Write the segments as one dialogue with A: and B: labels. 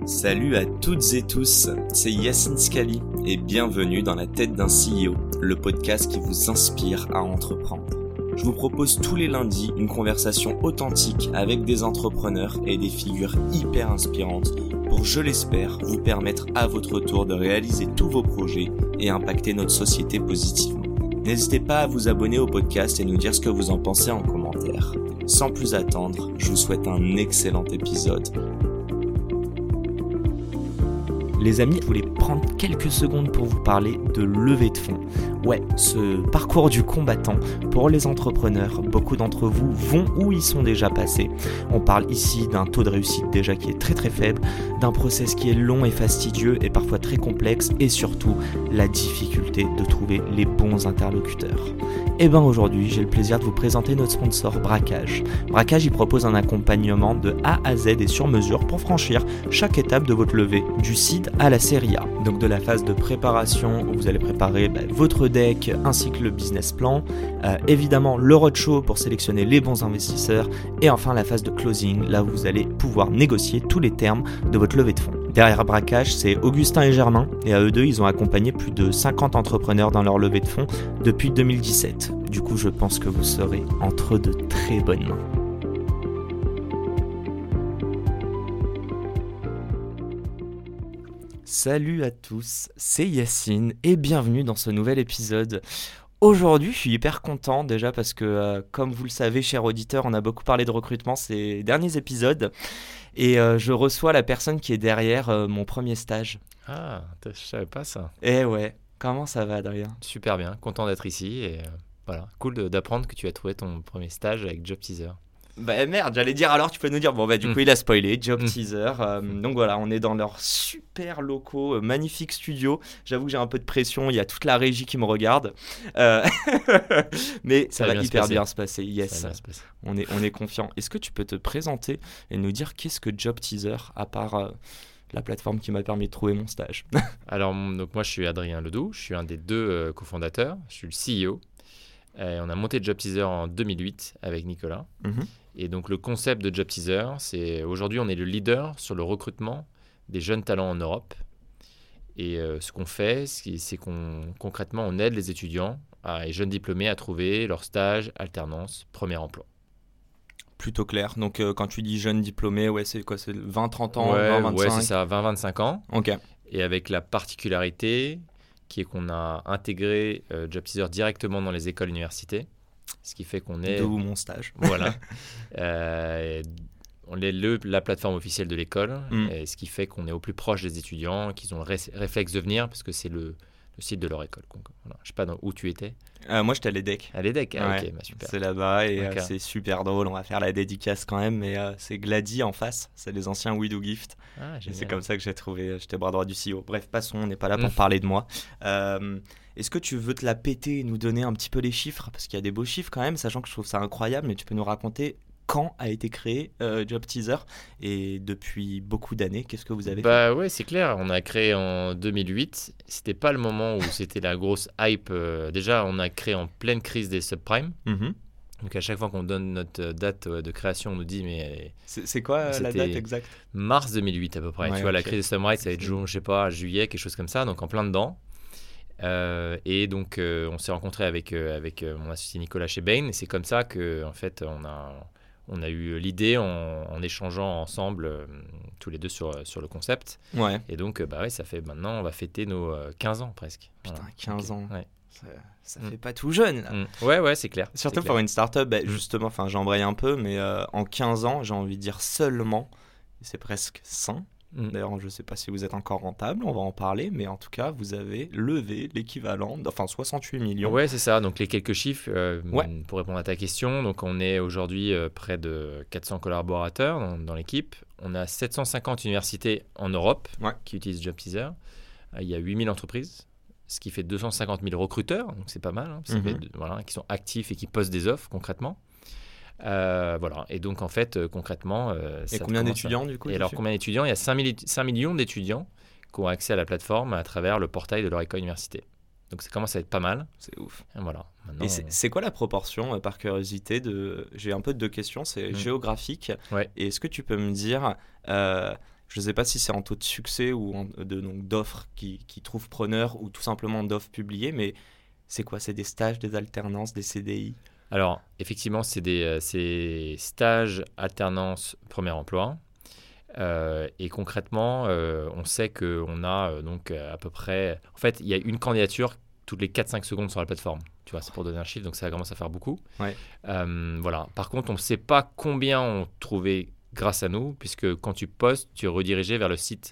A: Salut à toutes et tous, c'est Yacine Scali et bienvenue dans la tête d'un CEO, le podcast qui vous inspire à entreprendre. Je vous propose tous les lundis une conversation authentique avec des entrepreneurs et des figures hyper inspirantes pour, je l'espère, vous permettre à votre tour de réaliser tous vos projets et impacter notre société positivement. N'hésitez pas à vous abonner au podcast et nous dire ce que vous en pensez en commentaire. Sans plus attendre, je vous souhaite un excellent épisode. Les amis, je voulais prendre quelques secondes pour vous parler de levée de fonds. Ouais, ce parcours du combattant pour les entrepreneurs, beaucoup d'entre vous vont où ils sont déjà passés. On parle ici d'un taux de réussite déjà qui est très très faible, d'un process qui est long et fastidieux et parfois très complexe et surtout la difficulté de trouver les bons interlocuteurs. Et bien aujourd'hui, j'ai le plaisir de vous présenter notre sponsor Braquage. Braquage, il propose un accompagnement de A à Z et sur mesure pour franchir chaque étape de votre levée, du seed à la série A. Donc de la phase de préparation où vous allez préparer votre deck ainsi que le business plan, évidemment le roadshow pour sélectionner les bons investisseurs et enfin la phase de closing, là où vous allez pouvoir négocier tous les termes de votre levée de fonds. Derrière Braquage, c'est Augustin et Germain et à eux deux, ils ont accompagné plus de 50 entrepreneurs dans leur levée de fonds depuis 2017. Du coup, je pense que vous serez entre de très bonnes mains. Salut à tous, c'est Yacine et bienvenue dans ce nouvel épisode. Aujourd'hui, je suis hyper content déjà parce que, comme vous le savez, chers auditeurs, on a beaucoup parlé de recrutement ces derniers épisodes et je reçois la personne qui est derrière mon premier stage.
B: Ah, je savais pas ça.
A: Eh ouais, comment ça va Adrien ?
B: Super bien, content d'être ici et voilà, cool d'apprendre que tu as trouvé ton premier stage avec Job Teaser.
A: Bah merde, j'allais dire alors tu peux nous dire, bon bah du coup il a spoilé, Job Teaser, donc voilà, on est dans leurs super locaux, magnifique studio, j'avoue que j'ai un peu de pression, il y a toute la régie qui me regarde, mais ça va hyper bien se passer, yes, on est confiant. Est-ce que tu peux te présenter et nous dire qu'est-ce que Job Teaser à part la plateforme qui m'a permis de trouver mon stage?
B: Alors donc moi je suis Adrien Ledoux, je suis un des deux cofondateurs, je suis le CEO. On a monté Job Teaser en 2008 avec Nicolas. Et donc le concept de Job Teaser, c'est aujourd'hui on est le leader sur le recrutement des jeunes talents en Europe. Et ce qu'on fait, c'est concrètement on aide les étudiants et jeunes diplômés à trouver leur stage, alternance, premier emploi.
A: Plutôt clair. Donc quand tu dis jeunes diplômés, ouais, c'est quoi, c'est 20-30 ans,
B: ouais,
A: 20-25
B: Ouais, c'est ça, 20-25 ans.
A: Ok.
B: Et avec la particularité qui est qu'on a intégré Job Teaser directement dans les écoles universités, ce qui fait qu'on est...
A: D'où mon stage.
B: Voilà. On est la plateforme officielle de l'école, et ce qui fait qu'on est au plus proche des étudiants, qu'ils ont le réflexe de venir, parce que c'est le site de leur école. Voilà. Je ne sais pas où tu étais.
A: Moi, j'étais à l'EDEC.
B: À l'EDEC,
A: ouais,
B: ok, super.
A: C'est là-bas et c'est super drôle. On va faire la dédicace quand même, mais c'est Glady en face. C'est les anciens We Do Gift. Et c'est comme ça que j'ai trouvé. J'étais bras droit du CEO. Bref, passons, on n'est pas là pour parler de moi. Est-ce que tu veux te la péter et nous donner un petit peu les chiffres ? Parce qu'il y a des beaux chiffres quand même, sachant que je trouve ça incroyable, mais tu peux nous raconter quand a été créé Job Teaser et depuis beaucoup d'années, qu'est-ce que vous avez fait ?
B: Ouais, c'est clair. On a créé en 2008. C'était pas le moment où c'était la grosse hype. Déjà, on a créé en pleine crise des subprimes. Donc à chaque fois qu'on donne notre date de création, on nous dit mais
A: c'est quoi la date exacte ?
B: Mars 2008 à peu près. Tu vois, la crise des subprimes, ça va être je sais pas, juillet, quelque chose comme ça. Donc en plein dedans. Et donc on s'est rencontré avec mon associé Nicolas chez Bain. Et c'est comme ça que en fait on a eu l'idée en échangeant ensemble tous les deux sur le concept.
A: Ouais.
B: Et donc, ça fait maintenant, on va fêter nos 15 ans presque.
A: Putain, 15 ans.
B: Ouais.
A: Ça fait pas tout jeune, là.
B: Ouais, c'est clair.
A: Surtout pour une start-up, justement, j'embraye un peu, mais en 15 ans, j'ai envie de dire seulement, c'est presque sain. D'ailleurs, je ne sais pas si vous êtes encore rentable, on va en parler, mais en tout cas, vous avez levé l'équivalent, 68 millions.
B: Ouais, c'est ça. Donc, les quelques chiffres pour répondre à ta question. Donc, on est aujourd'hui près de 400 collaborateurs dans l'équipe. On a 750 universités en Europe qui utilisent Job Teaser. Il y a 8000 entreprises, ce qui fait 250 000 recruteurs. Donc, c'est pas mal, qui sont actifs et qui postent des offres concrètement. Voilà. Et donc, en fait, concrètement...
A: et combien d'étudiants, du coup ?
B: Et alors, combien d'étudiants ? Il y a 5 millions d'étudiants qui ont accès à la plateforme à travers le portail de leur école université. Donc, ça commence à être pas mal.
A: C'est ouf.
B: Et voilà.
A: Maintenant, et c'est quoi la proportion, par curiosité, j'ai un peu de deux questions, c'est géographique.
B: Ouais.
A: Et est-ce que tu peux me dire, Je ne sais pas si c'est en taux de succès ou donc d'offres qui trouvent preneur ou tout simplement d'offres publiées, mais c'est quoi? C'est des stages, des alternances, des CDI?
B: Alors, effectivement, c'est stages, alternance, premier emploi. Et concrètement, on sait qu'on a donc à peu près... En fait, il y a une candidature toutes les 4-5 secondes sur la plateforme. Tu vois, c'est pour donner un chiffre, donc ça commence à faire beaucoup.
A: Ouais.
B: Voilà. Par contre, on ne sait pas combien ont trouvé grâce à nous, puisque quand tu postes, tu es redirigé vers le site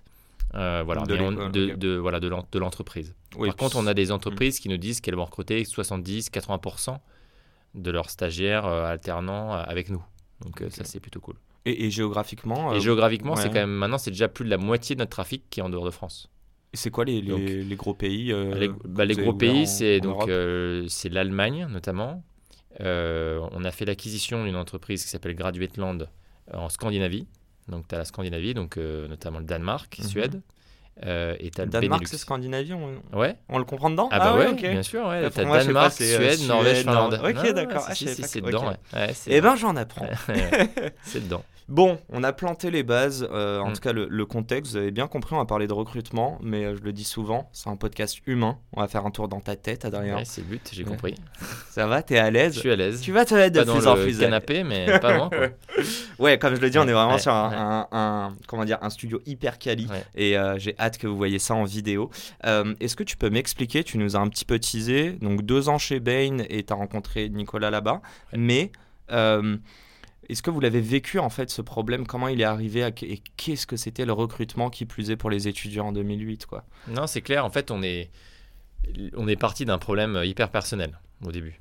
B: de l'entreprise.
A: Oui,
B: Par contre, on a des entreprises qui nous disent qu'elles vont recruter 70-80% de leurs stagiaires alternants avec nous. Donc ça, c'est plutôt cool.
A: Et géographiquement
B: c'est quand même maintenant, c'est déjà plus de la moitié de notre trafic qui est en dehors de France.
A: Et c'est quoi les gros pays
B: les gros pays, c'est l'Allemagne notamment. On a fait l'acquisition d'une entreprise qui s'appelle Graduateland en Scandinavie. Donc tu as la Scandinavie, donc notamment le Danemark, Suède. Et t'as le
A: Danemark,
B: Benelux.
A: c'est Scandinavie,
B: ouais.
A: On le comprend dedans?
B: Ouais,
A: okay.
B: Bien sûr. Ouais. T'as Danemark, Suède, Norvège, Finlande.
A: Ok, d'accord.
B: C'est dedans.
A: Okay. Eh ben, j'en apprends.
B: C'est dedans.
A: Bon, on a planté les bases, en tout cas le contexte, vous avez bien compris, on va parler de recrutement, mais je le dis souvent, c'est un podcast humain, on va faire un tour dans ta tête, Adrien.
B: Ouais, c'est le but, j'ai compris.
A: Ça va, t'es à l'aise?
B: Je suis à l'aise.
A: Tu vas te mettre de plus en plus
B: dans le canapé, mais pas loin, quoi.
A: Ouais, comme je le dis, on est vraiment sur un studio hyper quali, et j'ai hâte que vous voyez ça en vidéo. Est-ce que tu peux m'expliquer, tu nous as un petit peu teasé, donc 2 ans chez Bain et t'as rencontré Nicolas là-bas, mais... est-ce que vous l'avez vécu en fait ce problème? Comment il est arrivé et qu'est-ce que c'était le recrutement qui plus est pour les étudiants en 2008 quoi?
B: Non, c'est clair. En fait, on est parti d'un problème hyper personnel au début.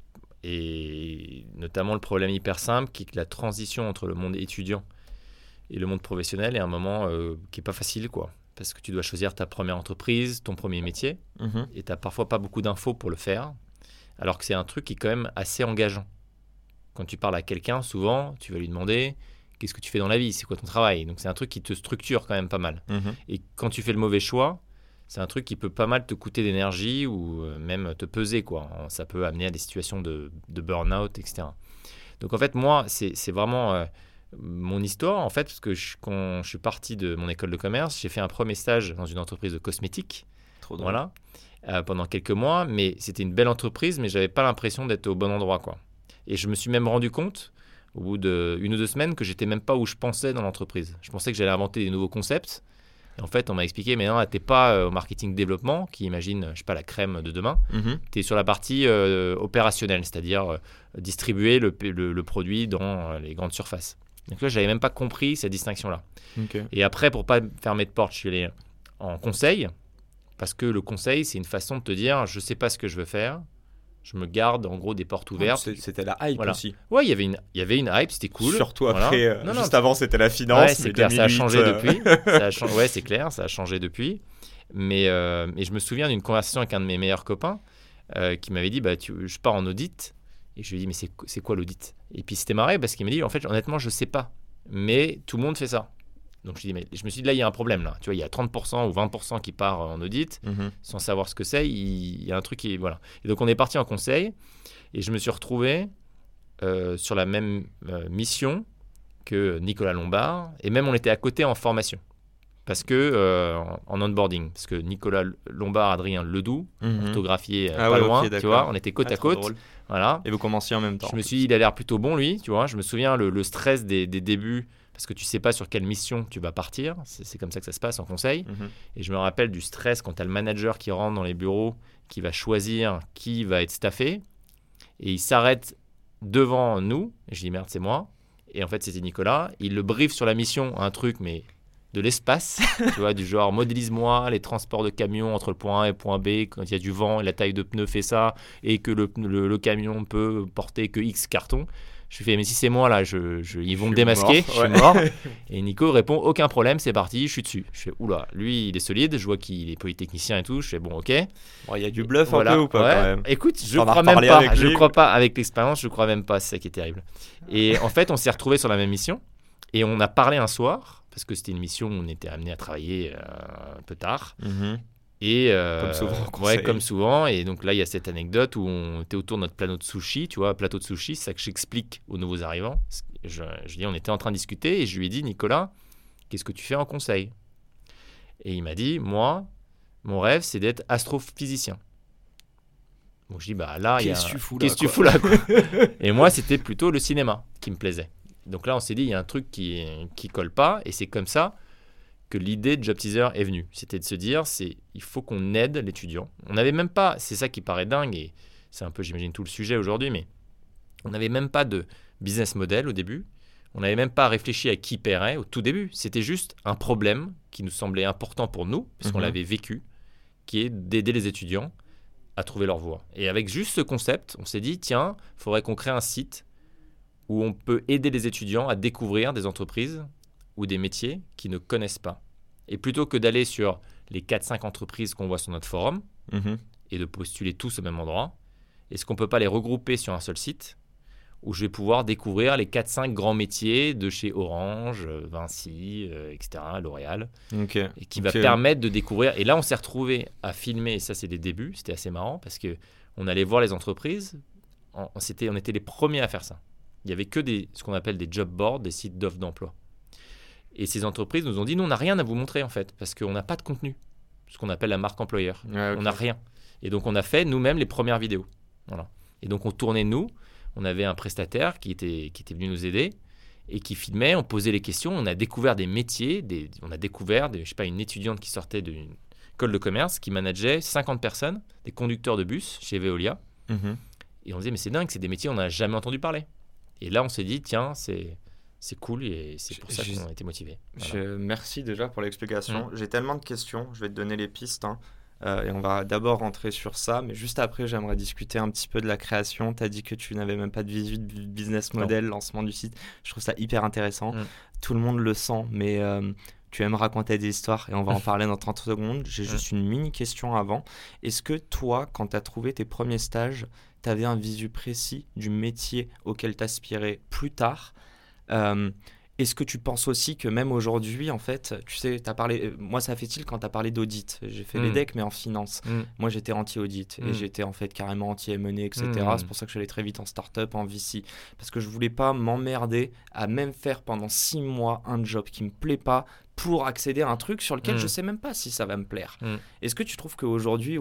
B: Et notamment le problème hyper simple qui est que la transition entre le monde étudiant et le monde professionnel est un moment qui n'est pas facile quoi. Parce que tu dois choisir ta première entreprise, ton premier métier. Et tu n'as parfois pas beaucoup d'infos pour le faire. Alors que c'est un truc qui est quand même assez engageant. Quand tu parles à quelqu'un, souvent, tu vas lui demander qu'est-ce que tu fais dans la vie, c'est quoi ton travail. Donc, c'est un truc qui te structure quand même pas mal. Et quand tu fais le mauvais choix, c'est un truc qui peut pas mal te coûter d'énergie ou même te peser, quoi. Ça peut amener à des situations de burn-out, etc. Donc, en fait, moi, c'est vraiment mon histoire, en fait, parce que quand je suis parti de mon école de commerce, j'ai fait un premier stage dans une entreprise de cosmétiques.
A: Trop drôle.
B: Voilà, pendant quelques mois. Mais c'était une belle entreprise, mais j'avais pas l'impression d'être au bon endroit, quoi. Et je me suis même rendu compte, au bout d'1 ou 2 semaines, que j'étais même pas où je pensais dans l'entreprise. Je pensais que j'allais inventer des nouveaux concepts. Et en fait, on m'a expliqué, mais non, t'es pas au marketing développement, qui imagine, je sais pas, la crème de demain. T'es sur la partie opérationnelle, c'est-à-dire distribuer le produit dans les grandes surfaces. Donc là, j'avais même pas compris cette distinction-là.
A: Okay.
B: Et après, pour pas fermer de porte, je suis allé en conseil, parce que le conseil, c'est une façon de te dire, je sais pas ce que je veux faire. Je me garde en gros des portes ouvertes.
A: C'était la hype aussi.
B: Ouais, il y avait une hype, c'était cool.
A: Surtout après, avant c'était la finance.
B: Ouais, c'est clair, 2008, ça a changé depuis. Ouais, c'est clair, ça a changé depuis. Mais je me souviens d'une conversation avec un de mes meilleurs copains qui m'avait dit, je pars en audit. Et je lui ai dit, mais c'est quoi l'audit? Et puis c'était marrant parce qu'il m'a dit, en fait, honnêtement, je sais pas. Mais tout le monde fait ça. Donc je me suis dit, là, il y a un problème. Là. Tu vois, il y a 30% ou 20% qui part en audit sans savoir ce que c'est. Il y a un truc qui... Voilà. Et donc, on est parti en conseil et je me suis retrouvé sur la même mission que Nicolas Lombard. Et même, on était à côté en formation. Parce que, en onboarding. Parce que Nicolas Lombard, Adrien Ledoux, orthographié pas loin. Okay, tu vois, on était côte à côte. Voilà.
A: Et vous commenciez en même temps.
B: Je me suis dit, il a l'air plutôt bon, lui. Tu vois, je me souviens le stress des débuts. Parce que tu ne sais pas sur quelle mission tu vas partir. C'est comme ça que ça se passe en conseil. Et je me rappelle du stress quand tu as le manager qui rentre dans les bureaux, qui va choisir qui va être staffé. Et il s'arrête devant nous. Et je dis, merde, c'est moi. Et en fait, c'était Nicolas. Il le briefe sur la mission, un truc, mais de l'espace. Tu vois, du genre, modélise-moi les transports de camions entre le point A et le point B. Quand il y a du vent et la taille de pneu fait ça. Et que le camion peut porter que X cartons. Je lui fais, mais si c'est moi là, ils vont me démasquer, je suis mort. Et Nico répond, aucun problème, c'est parti, je suis dessus. Je fais, oula, lui il est solide, je vois qu'il est polytechnicien et tout. Je fais, bon, ok.
A: Bon, il y a du bluff un peu ou pas quand même?
B: Écoute, je crois même pas. Je crois pas, avec l'expérience, je crois même pas, c'est ça qui est terrible. Et en fait, on s'est retrouvés sur la même mission et on a parlé un soir, parce que c'était une mission où on était amené à travailler un peu tard. Et comme souvent. Et donc là, il y a cette anecdote où on était autour de notre plateau de sushi. Tu vois, plateau de sushi, c'est ça que j'explique aux nouveaux arrivants. Je dis, on était en train de discuter et je lui ai dit, Nicolas, qu'est-ce que tu fais en conseil ? Et il m'a dit, moi, mon rêve, c'est d'être astrophysicien. Donc je dis, bah là,
A: qu'est-ce que
B: tu fous là, quoi. Et moi, c'était plutôt le cinéma qui me plaisait. Donc là, on s'est dit, il y a un truc qui colle pas, et c'est comme ça que l'idée de Job Teaser est venue. C'était de se dire, il faut qu'on aide l'étudiant. On n'avait même pas, c'est ça qui paraît dingue, et c'est un peu, j'imagine, tout le sujet aujourd'hui, mais on n'avait même pas de business model au début. On n'avait même pas réfléchi à qui paierait au tout début. C'était juste un problème qui nous semblait important pour nous, puisqu'on l'avait vécu, qui est d'aider les étudiants à trouver leur voie. Et avec juste ce concept, on s'est dit, tiens, il faudrait qu'on crée un site où on peut aider les étudiants à découvrir des entreprises ou des métiers qu'ils ne connaissent pas. Et plutôt que d'aller sur les 4-5 entreprises qu'on voit sur notre forum et de postuler tous au même endroit, est-ce qu'on ne peut pas les regrouper sur un seul site où je vais pouvoir découvrir les 4-5 grands métiers de chez Orange, Vinci, etc., L'Oréal, et qui va permettre de découvrir. Et là, on s'est retrouvé à filmer, et ça, c'est des débuts, c'était assez marrant, parce qu'on allait voir les entreprises, on était les premiers à faire ça. Il n'y avait que ce qu'on appelle des job boards, des sites d'offres d'emploi. Et ces entreprises nous ont dit, nous, on n'a rien à vous montrer, en fait, parce qu'on n'a pas de contenu, ce qu'on appelle la marque employeur. On n'a rien. Et donc, on a fait nous-mêmes les premières vidéos. Voilà. Et donc, on tournait nous. On avait un prestataire qui était venu nous aider et qui filmait, on posait les questions, on a découvert des métiers, on a découvert une étudiante qui sortait d'une école de commerce qui manageait 50 personnes, des conducteurs de bus chez Veolia. Et on disait, mais c'est dingue, c'est des métiers, on n'a jamais entendu parler. Et là, on s'est dit, tiens, c'est cool et c'est pour ça qu'on a été motivés. Voilà.
A: Merci déjà pour l'explication. J'ai tellement de questions, je vais te donner les pistes, et on va d'abord rentrer sur ça, mais juste après, j'aimerais discuter un petit peu de la création. Tu as dit que tu n'avais même pas de visu de business model, lancement du site. Je trouve ça hyper intéressant. Tout le monde le sent, mais tu aimes raconter des histoires et on va en parler dans 30 secondes. J'ai juste une mini question avant. Est-ce que toi, quand tu as trouvé tes premiers stages, tu avais un visu précis du métier auquel tu aspirais plus tard ? Est-ce que tu penses aussi que même aujourd'hui, en fait, tu sais, t'as parlé, moi ça fait tilt quand tu as parlé d'audit. J'ai fait l'EDEC, mais en finance. Moi, j'étais anti-audit et j'étais en fait carrément anti-M&A, etc. C'est pour ça que je suis allé très vite en start-up, en VC. Parce que je voulais pas m'emmerder à même faire pendant 6 mois un job qui me plaît pas pour accéder à un truc sur lequel je sais même pas si ça va me plaire. Est-ce que tu trouves qu'aujourd'hui,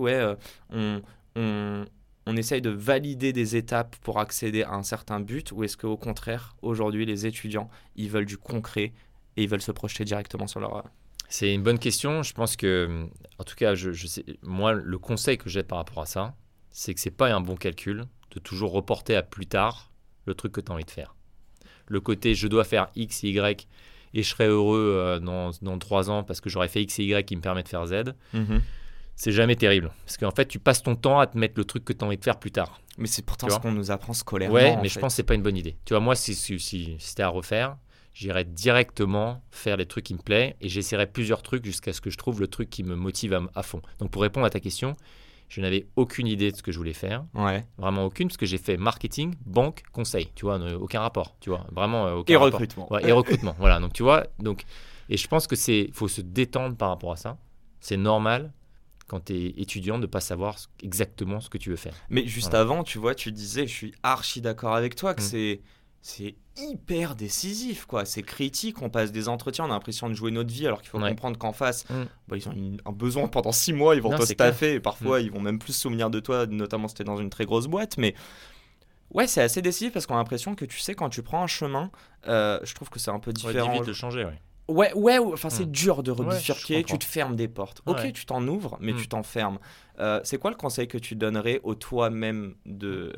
A: on essaye de valider des étapes pour accéder à un certain but, ou est-ce qu'au contraire, aujourd'hui, les étudiants, ils veulent du concret et ils veulent se projeter directement sur leur...
B: C'est une bonne question. Je pense que, en tout cas, je sais, moi, le conseil que j'ai par rapport à ça, c'est que ce n'est pas un bon calcul de toujours reporter à plus tard le truc que tu as envie de faire. Le côté « je dois faire X et Y et je serai heureux dans 3 ans parce que j'aurai fait X et Y qui me permet de faire Z », c'est jamais terrible. Parce qu'en fait, tu passes ton temps à te mettre le truc que tu as envie de faire plus tard.
A: Mais c'est pourtant ce qu'on nous apprend scolairement.
B: Ouais, mais je pense que c'est pas une bonne idée. Tu vois, moi, si c'était à refaire, j'irais directement faire les trucs qui me plaisent et j'essaierais plusieurs trucs jusqu'à ce que je trouve le truc qui me motive à fond. Donc, pour répondre à ta question, je n'avais aucune idée de ce que je voulais faire. Vraiment aucune, parce que j'ai fait marketing, banque, conseil. Tu vois, aucun rapport. Tu vois, vraiment aucun rapport.
A: Recrutement.
B: Ouais, et recrutement. Voilà. Donc, tu vois, et je pense que faut se détendre par rapport à ça. C'est normal quand tu es étudiant, de ne pas savoir exactement ce que tu veux faire.
A: Mais juste avant, tu vois, tu disais, je suis archi d'accord avec toi, que c'est hyper décisif, quoi. C'est critique, on passe des entretiens, on a l'impression de jouer notre vie, alors qu'il faut comprendre qu'en face, ils ont un besoin pendant 6 mois, ils vont te staffer, et parfois, ils vont même plus se souvenir de toi, notamment si tu es dans une très grosse boîte, mais... Ouais, c'est assez décisif, parce qu'on a l'impression que, tu sais, quand tu prends un chemin, je trouve que c'est un peu différent.
B: Ouais, vite de changer,
A: Ouais, enfin c'est dur de rebifurquer, tu te fermes des portes. Ok, tu t'en ouvres, mais tu t'enfermes. C'est quoi le conseil que tu donnerais au toi-même de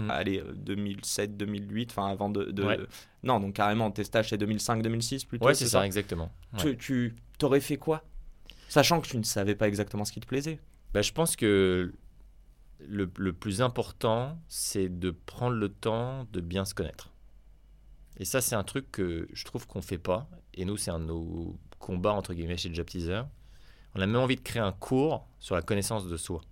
A: 2007, 2008, enfin avant Non, donc carrément, tes stages c'est 2005, 2006 plutôt.
B: Ouais, c'est ça, exactement. Ouais.
A: Tu t'aurais fait quoi ? Sachant que tu ne savais pas exactement ce qui te plaisait.
B: Je pense que le plus important, c'est de prendre le temps de bien se connaître. Et ça, c'est un truc que je trouve qu'on ne fait pas. Et nous, c'est un de nos combats, entre guillemets, chez Job Teaser. On a même envie de créer un cours sur la connaissance de soi.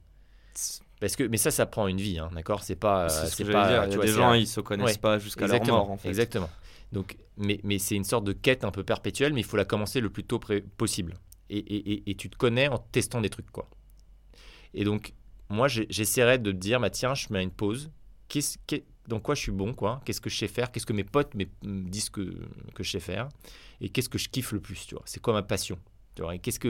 B: Mais ça prend une vie, d'accord ? C'est pas...
A: C'est ce que j'allais dire. Il y a des gens, ils ne se connaissent pas jusqu'à leur mort, en fait.
B: Exactement. Donc, mais c'est une sorte de quête un peu perpétuelle, mais il faut la commencer le plus tôt possible. Et tu te connais en testant des trucs, quoi. Et donc, moi, j'essaierais de te dire, tiens, je mets une pause. dans quoi je suis bon, quoi. Qu'est-ce que je sais faire, qu'est-ce que mes potes me disent que je sais faire, et qu'est-ce que je kiffe le plus, tu vois. C'est quoi ma passion, tu vois, et qu'est-ce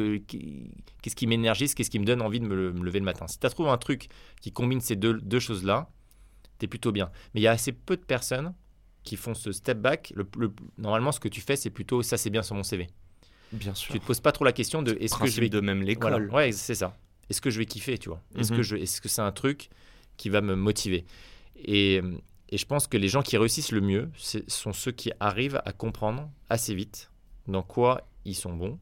B: qui m'énergise, qu'est-ce qui me donne envie de me lever le matin. Si tu as trouvé un truc qui combine ces deux choses-là, tu es plutôt bien. Mais il y a assez peu de personnes qui font ce step back. Normalement, ce que tu fais, c'est plutôt ça, c'est bien sur mon CV.
A: Bien sûr.
B: Tu te poses pas trop la question de est-ce que je vais
A: de même l'école.
B: Voilà. Ouais, c'est ça. Est-ce que je vais kiffer, tu vois. Est-ce que c'est un truc qui va me motiver. Et je pense que les gens qui réussissent le mieux sont ceux qui arrivent à comprendre assez vite dans quoi ils sont bons.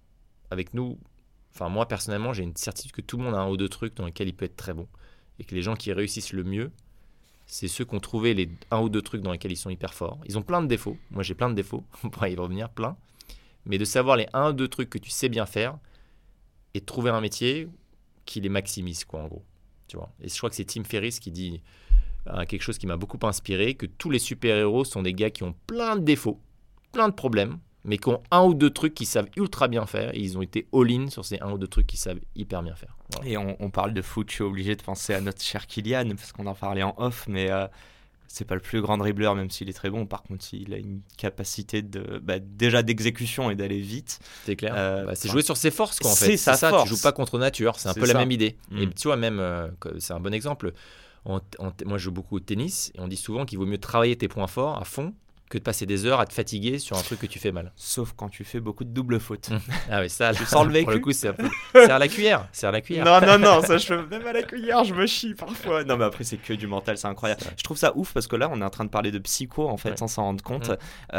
B: Avec nous, enfin moi personnellement, j'ai une certitude que tout le monde a un ou deux trucs dans lesquels il peut être très bon. Et que les gens qui réussissent le mieux, c'est ceux qui ont trouvé les un ou deux trucs dans lesquels ils sont hyper forts. Ils ont plein de défauts. Moi, j'ai plein de défauts. On pourra y revenir, plein. Mais de savoir les un ou deux trucs que tu sais bien faire et de trouver un métier qui les maximise, quoi, en gros. Tu vois. Et je crois que c'est Tim Ferriss qui dit quelque chose qui m'a beaucoup inspiré, que tous les super-héros sont des gars qui ont plein de défauts, plein de problèmes, mais qui ont un ou deux trucs qu'ils savent ultra bien faire. Et ils ont été all-in sur ces un ou deux trucs qu'ils savent hyper bien faire. Voilà.
A: Et on parle de foot, je suis obligé de penser à notre cher Kylian, parce qu'on en parlait en off, mais c'est pas le plus grand dribbleur, même s'il est très bon. Par contre, il a une capacité déjà d'exécution et d'aller vite.
B: C'est clair. C'est jouer sur ses forces, quoi, en fait.
A: C'est sa force.
B: Tu joues pas contre nature. C'est un peu la même idée. Et tu vois, même, c'est un bon exemple. Moi, je joue beaucoup au tennis et on dit souvent qu'il vaut mieux travailler tes points forts à fond que de passer des heures à te fatiguer sur un truc que tu fais mal.
A: Sauf quand tu fais beaucoup de doubles fautes.
B: Ah oui, ça,
A: tu sens le vécu.
B: Pour le coup, c'est un peu... serre la cuillère.
A: Non, ça, même à la cuillère, je me chie parfois. Non, mais après, c'est que du mental, c'est incroyable. Je trouve ça ouf parce que là, on est en train de parler de psycho, en fait, sans s'en rendre compte.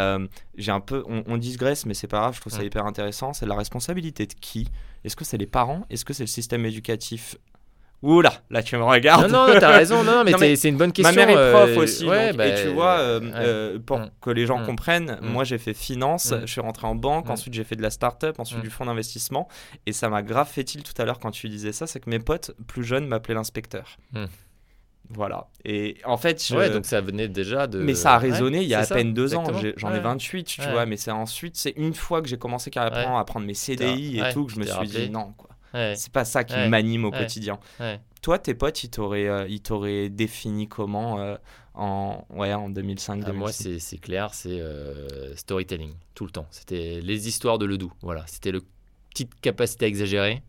A: J'ai un peu, on digresse, mais c'est pas grave, je trouve ça hyper intéressant. C'est la responsabilité de qui ? Est-ce que c'est les parents ? Est-ce que c'est le système éducatif ? Oula, là tu me regardes.
B: Non, t'as raison. Non, mais c'est une bonne question.
A: Ma mère est prof aussi.
B: Ouais,
A: donc, et tu vois, pour que les gens comprennent, moi j'ai fait finance, je suis rentré en banque, ensuite j'ai fait de la start-up, ensuite du fonds d'investissement. Et ça m'a grave fait tilt tout à l'heure quand tu disais ça, c'est que mes potes plus jeunes m'appelaient l'inspecteur. Voilà. Et en fait,
B: donc ça venait déjà de.
A: Mais ça a résonné il y a à peine 2 ans. J'en ai 28, tu vois. Mais c'est une fois que j'ai commencé carrément à prendre mes CDI et tout, que je me suis dit non, quoi. C'est pas ça qui m'anime au quotidien. Toi, tes potes, ils t'auraient défini comment en 2005-2006
B: Moi, c'est clair, c'est storytelling, tout le temps. C'était les histoires de Ledoux. Voilà, c'était le petite capacité à exagérer,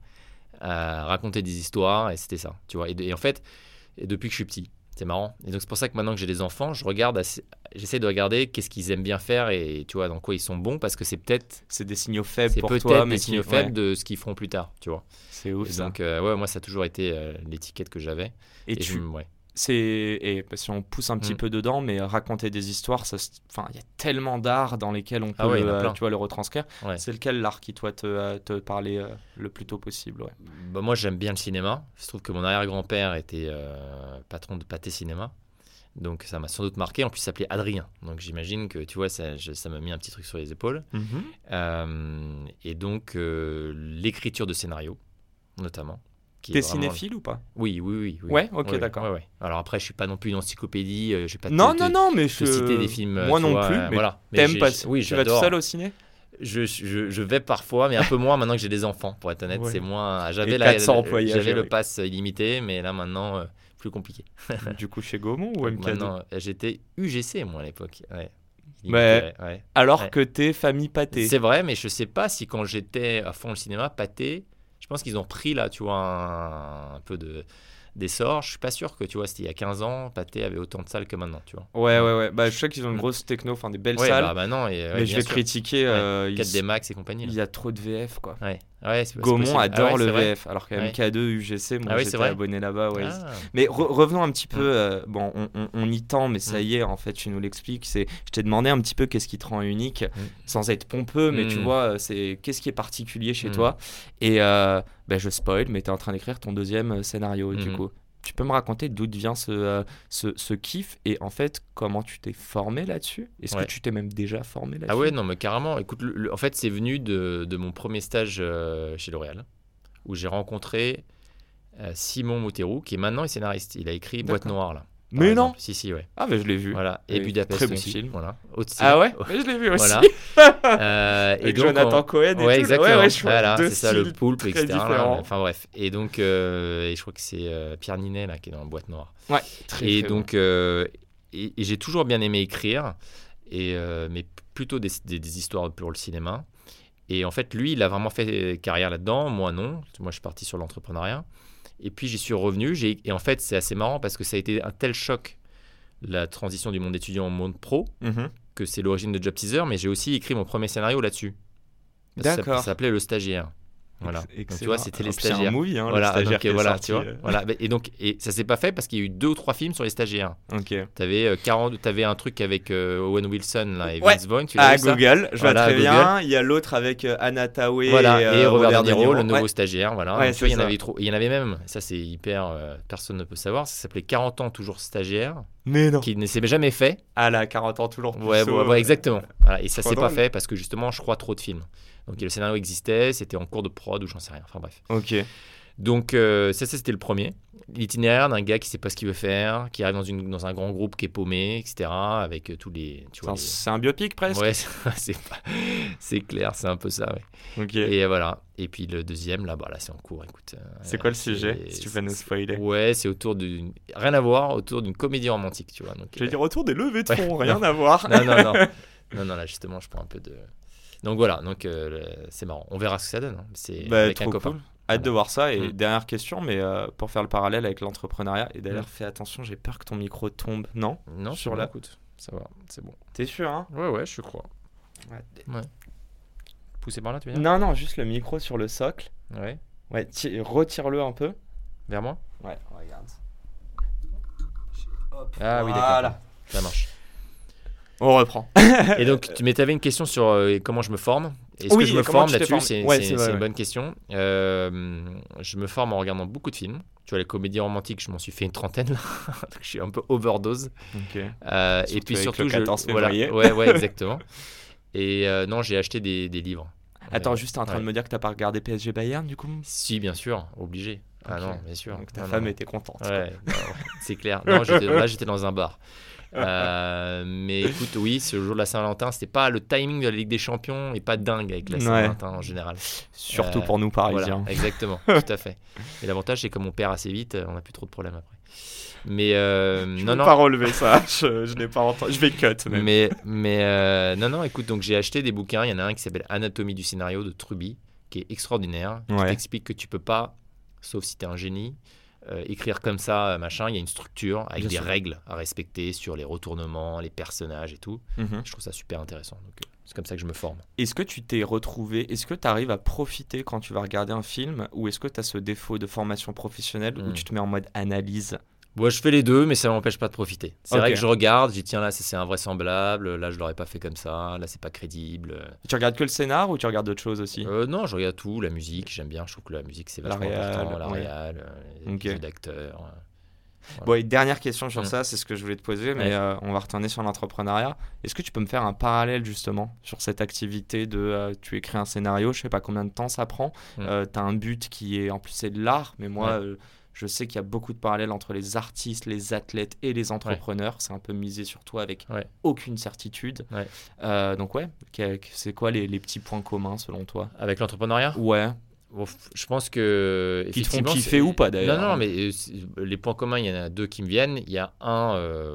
B: à raconter des histoires, et c'était ça. Tu vois. Et en fait, depuis que je suis petit, c'est marrant. Et donc c'est pour ça que maintenant que j'ai des enfants, j'essaie de regarder qu'est-ce qu'ils aiment bien faire et tu vois dans quoi ils sont bons, parce que c'est
A: des signaux faibles pour toi,
B: mais c'est des signaux faibles de ce qu'ils feront plus tard, tu vois.
A: C'est ouf.
B: Et donc moi ça a toujours été l'étiquette que j'avais. Et
A: si on pousse un petit peu dedans, mais raconter des histoires, il y a tellement d'art dans lesquels on peut le retranscrire. C'est lequel l'art qui toi te parlait le plus tôt possible?
B: Moi j'aime bien le cinéma. Je trouve que mon arrière-grand-père était patron de Pathé Cinéma, donc ça m'a sans doute marqué. En plus il s'appelait Adrien, donc j'imagine que tu vois ça m'a mis un petit truc sur les épaules. Et donc l'écriture de scénario notamment.
A: T'es cinéphile ou pas?
B: Oui.
A: Ouais, ok, d'accord.
B: Ouais. Alors après, je suis pas non plus une encyclopédie. Je vais pas
A: mais
B: je citer des films.
A: Moi non plus. Mais voilà. T'aimes pas?
B: Oui,
A: tu vas tout seul au ciné?
B: Je vais parfois, mais un peu moins maintenant que j'ai des enfants. Pour être honnête, c'est moins. J'avais le pass illimité, mais là maintenant, plus compliqué.
A: Du coup, chez Gaumont ou MK2?
B: Maintenant, j'étais UGC moi à l'époque.
A: Alors que t'es famille Pathé.
B: C'est vrai, mais je sais pas si quand j'étais à fond le cinéma, Pathé. Je pense qu'ils ont pris là, tu vois, un peu d'essor. Je suis pas sûr que, tu vois, c'était il y a 15 ans, Pathé avait autant de salles que maintenant, tu vois.
A: Ouais. Je sais qu'ils ont une grosse techno, des belles salles.
B: Non,
A: mais je vais critiquer.
B: 4D Max et compagnie.
A: Il y a trop de VF, quoi.
B: Gaumont
A: adore le VF, alors qu'à MK2, UGC, moi j'étais abonné là-bas. Mais revenons un petit peu. On y tend, mais ça y est, en fait, tu nous l'expliques. Je t'ai demandé un petit peu qu'est-ce qui te rend unique, sans être pompeux, mais tu vois, qu'est-ce qui est particulier chez toi. Et je spoil, mais tu es en train d'écrire ton deuxième scénario, du coup. Tu peux me raconter d'où vient ce kiff et en fait comment tu t'es formé là-dessus? Est-ce que tu t'es même déjà formé là-dessus?
B: Ah ouais, non mais carrément. Écoute, en fait c'est venu de mon premier stage chez L'Oréal où j'ai rencontré Simon Mouterou qui est maintenant scénariste. Il a écrit Boîte Noire là.
A: Mais non.
B: Si, ouais.
A: Ah, mais je l'ai vu.
B: Voilà. Et Budapest
A: très bon
B: aussi.
A: film.
B: Voilà.
A: Ah ouais, mais je l'ai vu aussi.
B: Voilà.
A: Et donc, Jonathan Cohen et tout.
B: Exactement.
A: Ouais,
B: voilà, c'est ça, le poulpe, etc.
A: Enfin
B: bref. Et donc, et je crois que c'est Pierre Ninet là qui est dans la Boîte Noire.
A: Ouais.
B: Et donc, et j'ai toujours bien aimé écrire, mais plutôt des histoires pour le cinéma. Et en fait, lui, il a vraiment fait carrière là-dedans. Moi, non. Moi, je suis parti sur l'entrepreneuriat. Et puis, j'y suis revenu. Et en fait, c'est assez marrant parce que ça a été un tel choc, la transition du monde étudiant au monde pro, que c'est l'origine de Job Teaser. Mais j'ai aussi écrit mon premier scénario là-dessus.
A: D'accord.
B: Ça s'appelait Le Stagiaire. Voilà. Donc, tu vois, c'était les stagiaires.
A: C'est un movie,
B: voilà,
A: le stagiaire
B: donc, voilà,
A: sorti,
B: tu vois. Voilà. Et ça s'est pas fait parce qu'il y a eu 2 ou 3 films sur les stagiaires.
A: Ok.
B: T'avais un truc avec Owen Wilson là, et Vince Vaughn. Tu l'as vu,
A: Google, je vois très bien.
B: Google.
A: Il y a l'autre avec Anna Thaoué
B: et Robert De Niro, le nouveau stagiaire. Voilà.
A: Ouais,
B: donc, tu vois, il y en avait même. Ça, c'est hyper. Personne ne peut savoir. Ça s'appelait 40 ans toujours stagiaire.
A: Mais non.
B: Qui ne s'est jamais fait.
A: Ah là, 40 ans toujours.
B: Ouais, exactement. Voilà. Et ça s'est
A: drôle.
B: pas fait parce que justement, je crois trop de films. Donc le scénario existait, c'était en cours de prod ou j'en sais rien. Enfin bref.
A: Ok.
B: Donc ça c'était le premier. L'itinéraire d'un gars qui sait pas ce qu'il veut faire, qui arrive dans un grand groupe qui est paumé, etc. Avec tous les. Tu vois,
A: c'est un biopic presque.
B: Ouais, c'est clair, c'est un peu ça. Ouais.
A: Ok.
B: Et voilà. Et puis le deuxième, là c'est en cours. Écoute.
A: C'est quoi le sujet, si tu peux nous spoiler?
B: Ouais, c'est autour d'une. Rien à voir, autour d'une comédie romantique, tu vois. Donc,
A: je vais dire autour des levées de fonds, rien à voir.
B: Non, là justement, je prends un peu de. Donc voilà, c'est marrant. On verra ce que ça donne. C'est avec un copain.
A: Cool. Hâte de voir ça. Et dernière question, mais pour faire le parallèle avec l'entrepreneuriat, et d'ailleurs, fais attention, j'ai peur que ton micro tombe. Non,
B: sur la écoute. Ça va, c'est bon.
A: T'es sûr, hein?
B: Ouais, je crois. Ouais. Pousser par là, tu veux dire?
A: Non, juste le micro sur le socle.
B: Ouais.
A: Ouais, retire-le un peu.
B: Vers moi?
A: Ouais, regarde.
B: Hop, oui, d'accord. Voilà. Ça marche.
A: On reprend.
B: Et donc, tu avais une question sur comment je me forme. Est-ce que je me forme là-dessus? C'est une bonne question. Je me forme en regardant beaucoup de films. Tu vois, les comédies romantiques, je m'en suis fait une trentaine là. Je suis un peu overdose.
A: Okay.
B: Et puis surtout,
A: le 14 février.
B: Ouais, exactement. Et non, j'ai acheté des livres.
A: Attends, juste, t'es en train de me dire que t'as pas regardé PSG Bayern du coup?
B: Si, bien sûr, obligé. Ah non, bien sûr.
A: Donc ta femme était contente.
B: Ouais, c'est clair. Non, j'étais dans un bar. Mais écoute, oui, ce jour de la Saint-Valentin, c'était pas le timing de la Ligue des Champions et pas dingue avec la Saint-Valentin en général.
A: Surtout pour nous Parisiens.
B: Voilà, exactement, tout à fait. Et l'avantage, c'est comme on perd assez vite, on n'a plus trop de problèmes après. Mais
A: je ne peux pas relever ça, je n'ai pas entendu. Je vais cut même.
B: Mais non, écoute, donc j'ai acheté des bouquins. Il y en a un qui s'appelle Anatomie du scénario de Truby, qui est extraordinaire, qui t'explique que tu peux pas, sauf si tu es un génie, écrire comme ça, machin. Il y a une structure avec des règles à respecter sur les retournements, les personnages et tout. Je trouve ça super intéressant. Donc, c'est comme ça que je me forme.
A: Est-ce que tu t'es retrouvé, est-ce que tu arrives à profiter quand tu vas regarder un film, ou est-ce que tu as ce défaut de formation professionnelle où tu te mets en mode analyse?
B: Moi, je fais les deux, mais ça ne m'empêche pas de profiter. C'est vrai que je regarde, je dis tiens, là, c'est invraisemblable, là, je ne l'aurais pas fait comme ça, là, c'est pas crédible.
A: Tu regardes que le scénar ou tu regardes d'autres choses aussi?
B: Non, je regarde tout, la musique, j'aime bien, je trouve que la musique, c'est vachement important, la réal, les jeux d'acteurs.
A: Voilà. Bon, et dernière question sur ça, c'est ce que je voulais te poser, mais on va retourner sur l'entrepreneuriat. Est-ce que tu peux me faire un parallèle justement sur cette activité de tu écris un scénario, je sais pas combien de temps ça prend, tu as un but qui est, en plus c'est de l'art, mais moi... je sais qu'il y a beaucoup de parallèles entre les artistes, les athlètes et les entrepreneurs. C'est un peu misé sur toi avec aucune certitude. Donc c'est quoi les petits points communs selon toi?
B: Avec l'entrepreneuriat?
A: Ouais.
B: Bon, je pense que...
A: Qui te font kiffer ou pas d'ailleurs?
B: Non, mais les points communs, il y en a 2 qui me viennent. Il y a un,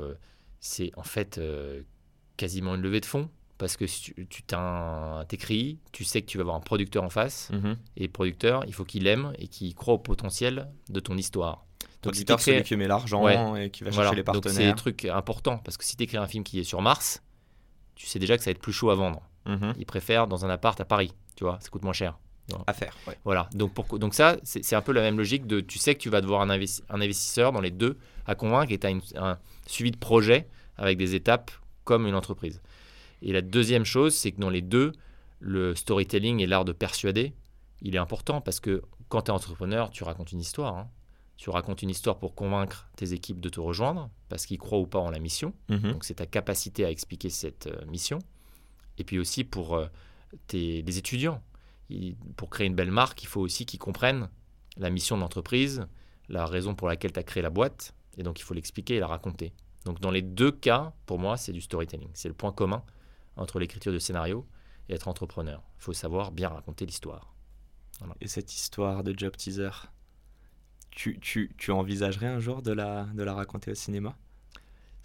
B: c'est en fait quasiment une levée de fonds. Parce que si tu t'écris, tu sais que tu vas avoir un producteur en face. Et le producteur, il faut qu'il aime et qu'il croit au potentiel de ton histoire.
A: Donc, si c'est celui qui met l'argent et qui va chercher les partenaires.
B: Donc, c'est des trucs importants. Parce que si tu écris un film qui est sur Mars, tu sais déjà que ça va être plus chaud à vendre. Ils préfèrent dans un appart à Paris. Tu vois, ça coûte moins cher.
A: À faire.
B: Voilà. Donc ça, c'est un peu la même logique de tu sais que tu vas devoir un investisseur dans les deux à convaincre et tu as un suivi de projet avec des étapes comme une entreprise. Et la deuxième chose, c'est que dans les deux, le storytelling et l'art de persuader, il est important parce que quand tu es entrepreneur, tu racontes une histoire. Hein. Tu racontes une histoire pour convaincre tes équipes de te rejoindre parce qu'ils croient ou pas en la mission. Donc, c'est ta capacité à expliquer cette mission. Et puis aussi pour les étudiants. Pour créer une belle marque, il faut aussi qu'ils comprennent la mission de l'entreprise, la raison pour laquelle tu as créé la boîte. Et donc, il faut l'expliquer et la raconter. Donc, dans les deux cas, pour moi, c'est du storytelling. C'est le point commun entre l'écriture de scénario et être entrepreneur. Il faut savoir bien raconter l'histoire. Voilà.
A: Et cette histoire de Job Teaser, tu envisagerais un jour de la raconter au cinéma?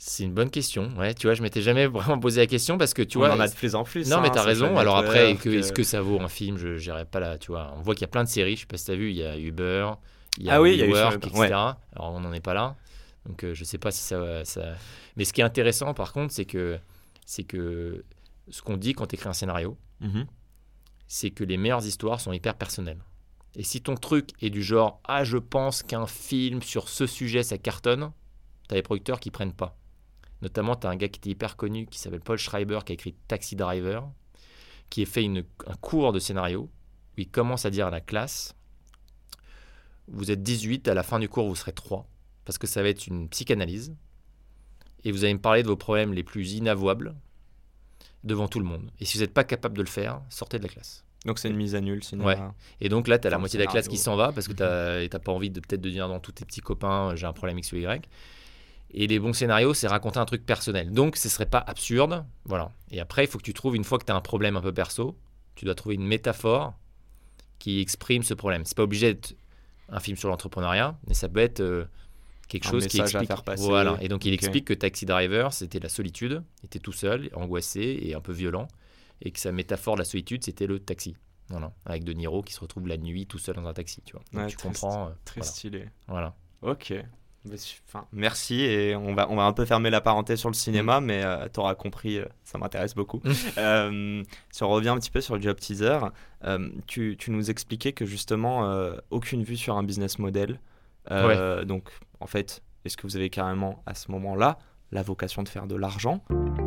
B: C'est une bonne question. Ouais, tu vois, je m'étais jamais vraiment posé la question parce que tu
A: on
B: vois.
A: en a de plus en plus.
B: Non, mais t'as raison. Alors après, est-ce que
A: que
B: ça vaut un film? Je n'irai pas là. Tu vois, on voit qu'il y a plein de séries. Je sais pas si t'as vu. Il y a Uber, il y a WeWork, etc. Ouais. Alors on n'en est pas là. Donc je sais pas si ça. Mais ce qui est intéressant, par contre, c'est que ce qu'on dit quand tu écris un scénario, c'est que les meilleures histoires sont hyper personnelles. Et si ton truc est du genre « Ah, je pense qu'un film sur ce sujet, ça cartonne », t'as des producteurs qui prennent pas. Notamment, t'as un gars qui était hyper connu, qui s'appelle Paul Schreiber, qui a écrit Taxi Driver, qui a fait un cours de scénario, où il commence à dire à la classe « Vous êtes 18, à la fin du cours, vous serez 3, parce que ça va être une psychanalyse, et vous allez me parler de vos problèmes les plus inavouables devant tout le monde. Et si vous n'êtes pas capable de le faire, sortez de la classe. »
A: Donc c'est une mise à nul.
B: Ouais. Et donc là, tu as la moitié de la classe qui s'en va parce que tu n'as pas envie de peut-être de dire dans tous tes petits copains, j'ai un problème X ou Y. Et les bons scénarios, c'est raconter un truc personnel. Donc ce ne serait pas absurde. Voilà. Et après, il faut que tu trouves, une fois que tu as un problème un peu perso, tu dois trouver une métaphore qui exprime ce problème. C'est pas obligé d'être un film sur l'entrepreneuriat, mais ça peut être quelque chose qui explique.
A: À faire passer.
B: Voilà. Et donc il explique que Taxi Driver, c'était la solitude. Il était tout seul, angoissé et un peu violent. Et que sa métaphore de la solitude, c'était le taxi. Voilà. Avec De Niro qui se retrouve la nuit tout seul dans un taxi. Tu vois. Donc, tu comprends.
A: Très stylé.
B: Voilà.
A: Ok. Enfin, merci. Et on va un peu fermer la parenthèse sur le cinéma, mais tu auras compris, ça m'intéresse beaucoup. Si on revient un petit peu sur le job teaser, tu nous expliquais que justement, aucune vue sur un business model. Donc, en fait, est-ce que vous avez carrément, à ce moment-là, la vocation de faire de l'argent ?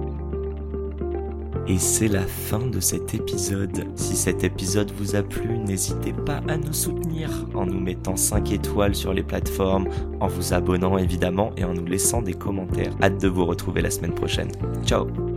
A: Et c'est la fin de cet épisode. Si cet épisode vous a plu, n'hésitez pas à nous soutenir en nous mettant 5 étoiles sur les plateformes, en vous abonnant évidemment et en nous laissant des commentaires. Hâte de vous retrouver la semaine prochaine. Ciao!